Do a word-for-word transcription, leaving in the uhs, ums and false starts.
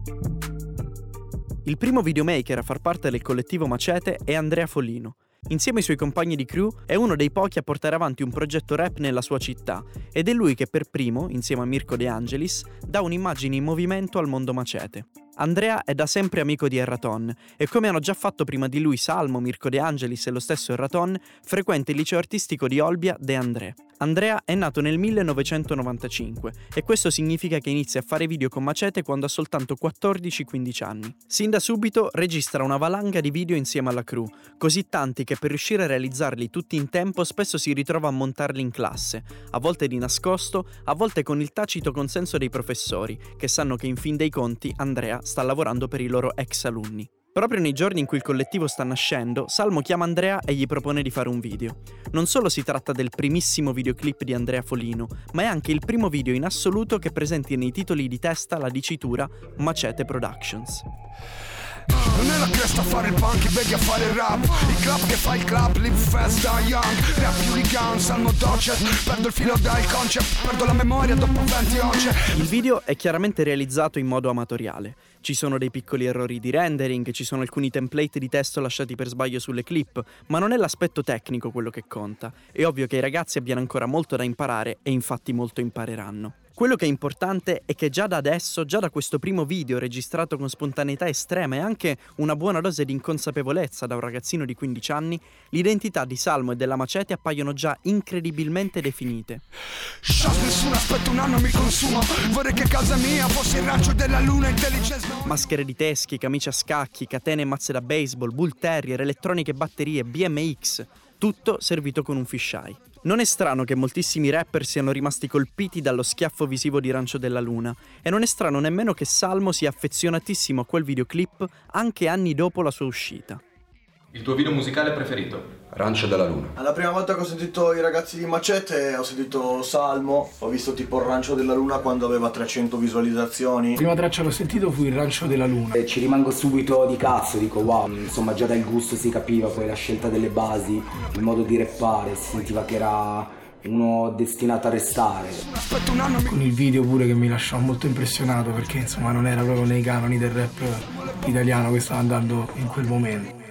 Il primo videomaker a far parte del collettivo Macete è Andrea Follino. Insieme ai suoi compagni di crew è uno dei pochi a portare avanti un progetto rap nella sua città ed è lui che per primo, insieme a Mirko De Angelis, dà un'immagine in movimento al mondo Macete. Andrea è da sempre amico di Erraton e, come hanno già fatto prima di lui Salmo, Mirko De Angelis e lo stesso Erraton, frequenta il liceo artistico di Olbia De André. Andrea è nato nel millenovecentonovantacinque e questo significa che inizia a fare video con Macete quando ha soltanto quattordici quindici anni. Sin da subito registra una valanga di video insieme alla crew, così tanti che per riuscire a realizzarli tutti in tempo spesso si ritrova a montarli in classe, a volte di nascosto, a volte con il tacito consenso dei professori, che sanno che in fin dei conti Andrea sta lavorando per i loro ex alunni. Proprio nei giorni in cui il collettivo sta nascendo, Salmo chiama Andrea e gli propone di fare un video. Non solo si tratta del primissimo videoclip di Andrea Follino, ma è anche il primo video in assoluto che presenti nei titoli di testa la dicitura Macete Productions. Non è la cresta a fare il punk, i baby a fare il rap. Il club che fa il club, live fast, die young. Rap più di gun, salmo docet. Perdo il filo dal concept, perdo la memoria dopo venti once. Il video è chiaramente realizzato in modo amatoriale. Ci sono dei piccoli errori di rendering, ci sono alcuni template di testo lasciati per sbaglio sulle clip, ma non è l'aspetto tecnico quello che conta. È ovvio che i ragazzi abbiano ancora molto da imparare e infatti molto impareranno. Quello che è importante è che già da adesso, già da questo primo video registrato con spontaneità estrema e anche una buona dose di inconsapevolezza da un ragazzino di quindici anni, l'identità di Salmo e della Macete appaiono già incredibilmente definite. Shot, nessun aspetto, un anno mi consuma. Vorrei che casa mia fosse il raggio della luna, intelligence. Maschere di teschi, camicie a scacchi, catene e mazze da baseball, bull terrier, elettroniche e batterie, B M X, tutto servito con un fisheye. Non è strano che moltissimi rapper siano rimasti colpiti dallo schiaffo visivo di Rancio della Luna e non è strano nemmeno che Salmo sia affezionatissimo a quel videoclip anche anni dopo la sua uscita. Il tuo video musicale preferito? Rancio della Luna. La prima volta che ho sentito i ragazzi di Macete ho sentito Salmo, ho visto tipo il Rancio della Luna quando aveva trecento visualizzazioni. La prima traccia che ho sentito fu il Rancio della Luna. E ci rimango subito di cazzo, dico wow, insomma già dal gusto si capiva, poi la scelta delle basi, il modo di rappare, si sentiva che era uno destinato a restare. Con il video pure che mi lasciò molto impressionato perché insomma non era proprio nei canoni del rap italiano che stava andando in quel momento.